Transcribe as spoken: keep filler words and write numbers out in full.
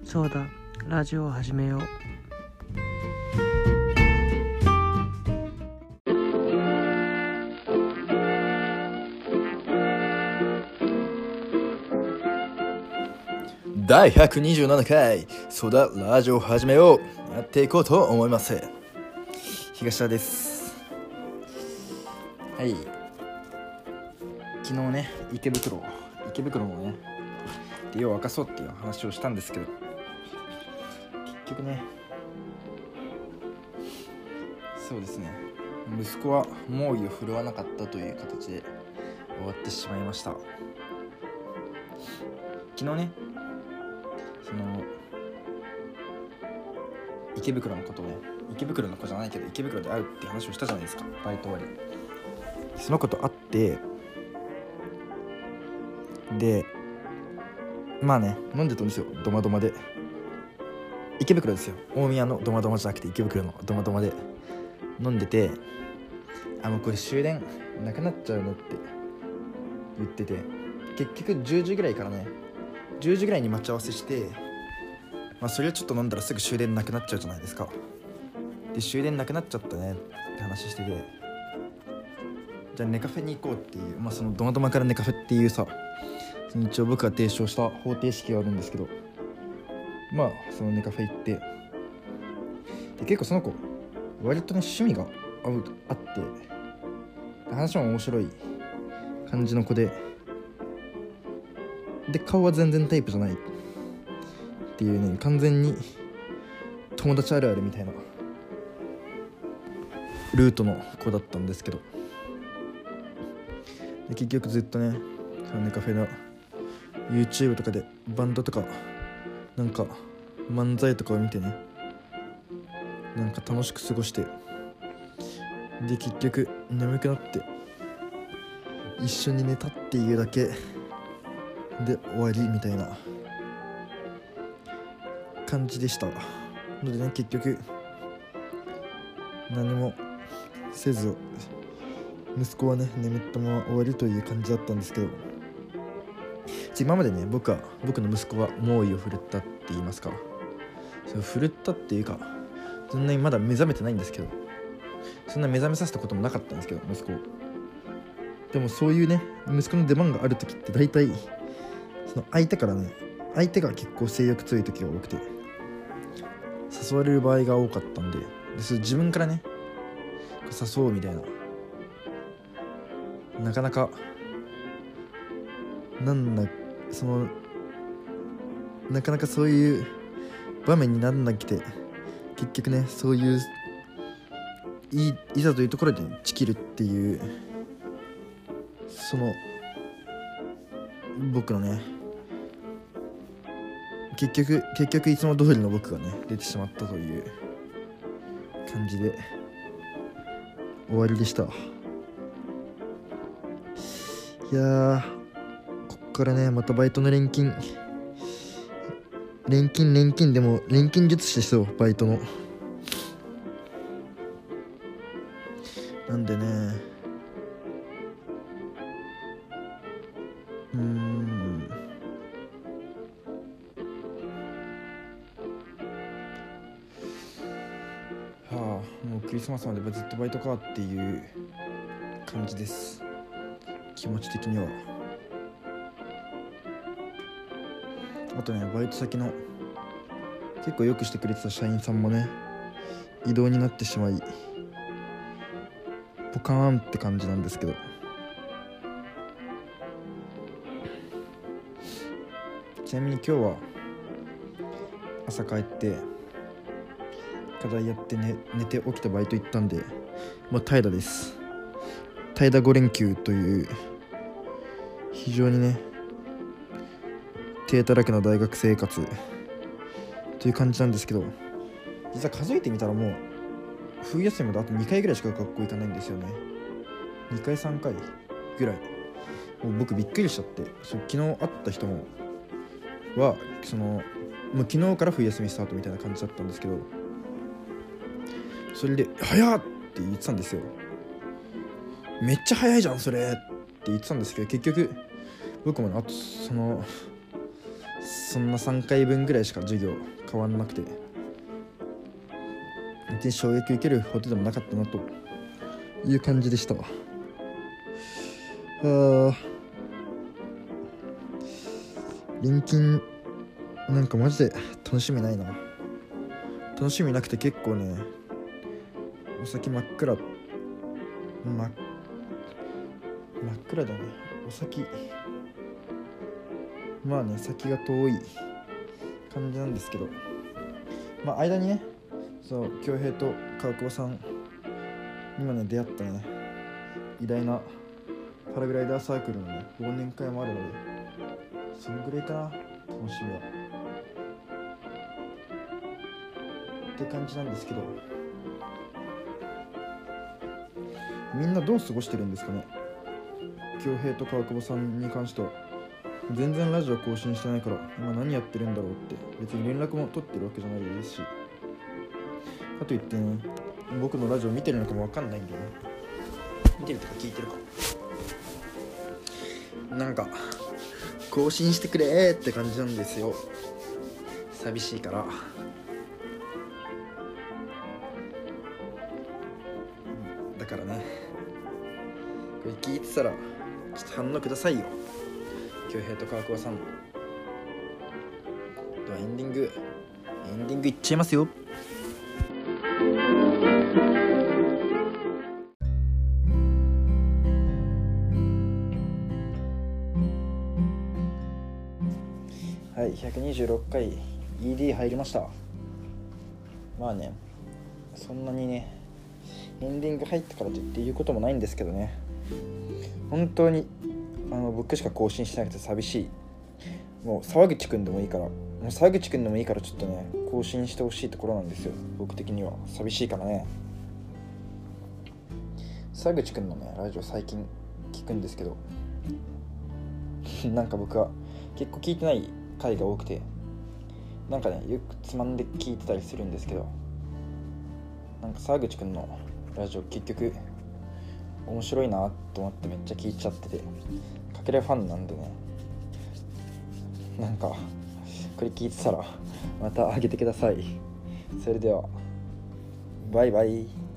そうだ、ラジオを始めよう。 だいひゃくにじゅうななかい、そうだラジオを始めよう、やっていこうと思います。東田です。はい、昨日ね、池袋池袋のね出を明かそうっていう話をしたんですけど、結局ね、そうですね、息子は猛威を振るわなかったという形で終わってしまいました。昨日ね、その池袋のことをね、池袋の子じゃないけど池袋で会うって話をしたじゃないですか、バイト終わり。その子と会って、でまあね、飲んでたんですよ、ドマドマで。池袋ですよ、大宮のドマドマじゃなくて池袋のドマドマで飲んでて、あ、もうこれ終電なくなっちゃうのって言ってて、結局じゅうじぐらいからね、じゅうじぐらいに待ち合わせして、まあそれをちょっと飲んだらすぐ終電なくなっちゃうじゃないですか。で終電なくなっちゃったねって話してて、じゃあネカフェに行こうっていう、まあそのドマドマからネカフェっていうさ、一応僕が提唱した方程式があるんですけど、まあそのネカフェ行って、で結構その子割とね趣味が合うあって、話も面白い感じの子で、で顔は全然タイプじゃないっていうね、完全に友達あるあるみたいなルートの子だったんですけど、で結局ずっとね、そのネカフェの YouTube とかでバンドとかなんか漫才とかを見てね、なんか楽しく過ごして、で結局眠くなって一緒に寝たっていうだけで終わりみたいな感じでしたのでね、結局何もせず息子はね眠ったまま終わりという感じだったんですけど、今までね、僕は僕の息子は猛威を振るったって言いますか、それ振るったっていうか、そんなにまだ目覚めてないんですけど、そんな目覚めさせたこともなかったんですけど、息子を。でもそういうね、息子の出番がある時って大体その相手からね、相手が結構性欲強い時が多くて誘われる場合が多かったんで、でそれ自分からね誘うみたいな、なかなかなんだそのなかなかそういう場面になんなくて、結局ね、そういうい, いざというところでチキるっていう、その僕のね、結局結局いつも通りの僕がね出てしまったという感じで終わりでした。いやー、こっからねまたバイトの錬金錬金錬金でも錬金術師しそう、バイトの。なんでね、うーんはあ、もうクリスマスまでずっとバイトかっていう感じです、気持ち的には。あとね、バイト先の結構よくしてくれてた社員さんもね異動になってしまい、ポカーンって感じなんですけど、ちなみに今日は朝帰って課題やって、ね、寝て起きてバイト行ったんで、もう怠惰です。怠惰ご連休という非常にね手だらけな大学生活という感じなんですけど、実は数えてみたらもう冬休みまであとにかいぐらいしか学校行かないんですよね。にかいさんかいぐらい。もう僕びっくりしちゃって、そ昨日会った人もはそのもう昨日から冬休みスタートみたいな感じだったんですけど、それで早っって言ってたんですよ。めっちゃ早いじゃんそれって言ってたんですけど、結局僕もあとそのそんなさんかいぶんぐらいしか授業変わんなくて、別に衝撃受けるほどでもなかったなという感じでしたわ。あー錬金なんかマジで楽しみないな。楽しみなくて結構ね、お先真っ暗、真真っ暗だね。お先まあね、先が遠い感じなんですけど、まあ間にね、そう恭平と川久保さんにもね出会ったね、偉大なパラグライダーサークルのね忘年会もあるので、そのぐらいかな、楽しみはって感じなんですけど、みんなどう過ごしてるんですかね。恭平と川久保さんに関しては全然ラジオ更新してないから、今何やってるんだろうって、別に連絡も取ってるわけじゃないですし、かといってね、僕のラジオ見てるのかも分かんないんでね、見てるとか聞いてるか、なんか更新してくれーって感じなんですよ。寂しいから。だからね、これ聞いてたらちょっと反応くださいよ、恭平と川久保さん。ではエンディングエンディングいっちゃいますよ。はい、ひゃくにじゅうろっかい イーディー 入りました。まあね、そんなにねエンディング入ったからといって言うこともないんですけどね、本当にあの僕しか更新してなくて寂しい。もう沢口くんでもいいから、もう沢口くんでもいいからちょっとね更新してほしいところなんですよ。僕的には寂しいからね。沢口くんのねラジオ最近聞くんですけどなんか僕は結構聞いてない回が多くて、なんかねよくつまんで聞いてたりするんですけど、なんか沢口くんのラジオ結局面白いなと思ってめっちゃ聞いちゃってて、かけるファンなんでね、なんかこれ聞いてたらまたあげてください。それではバイバイ。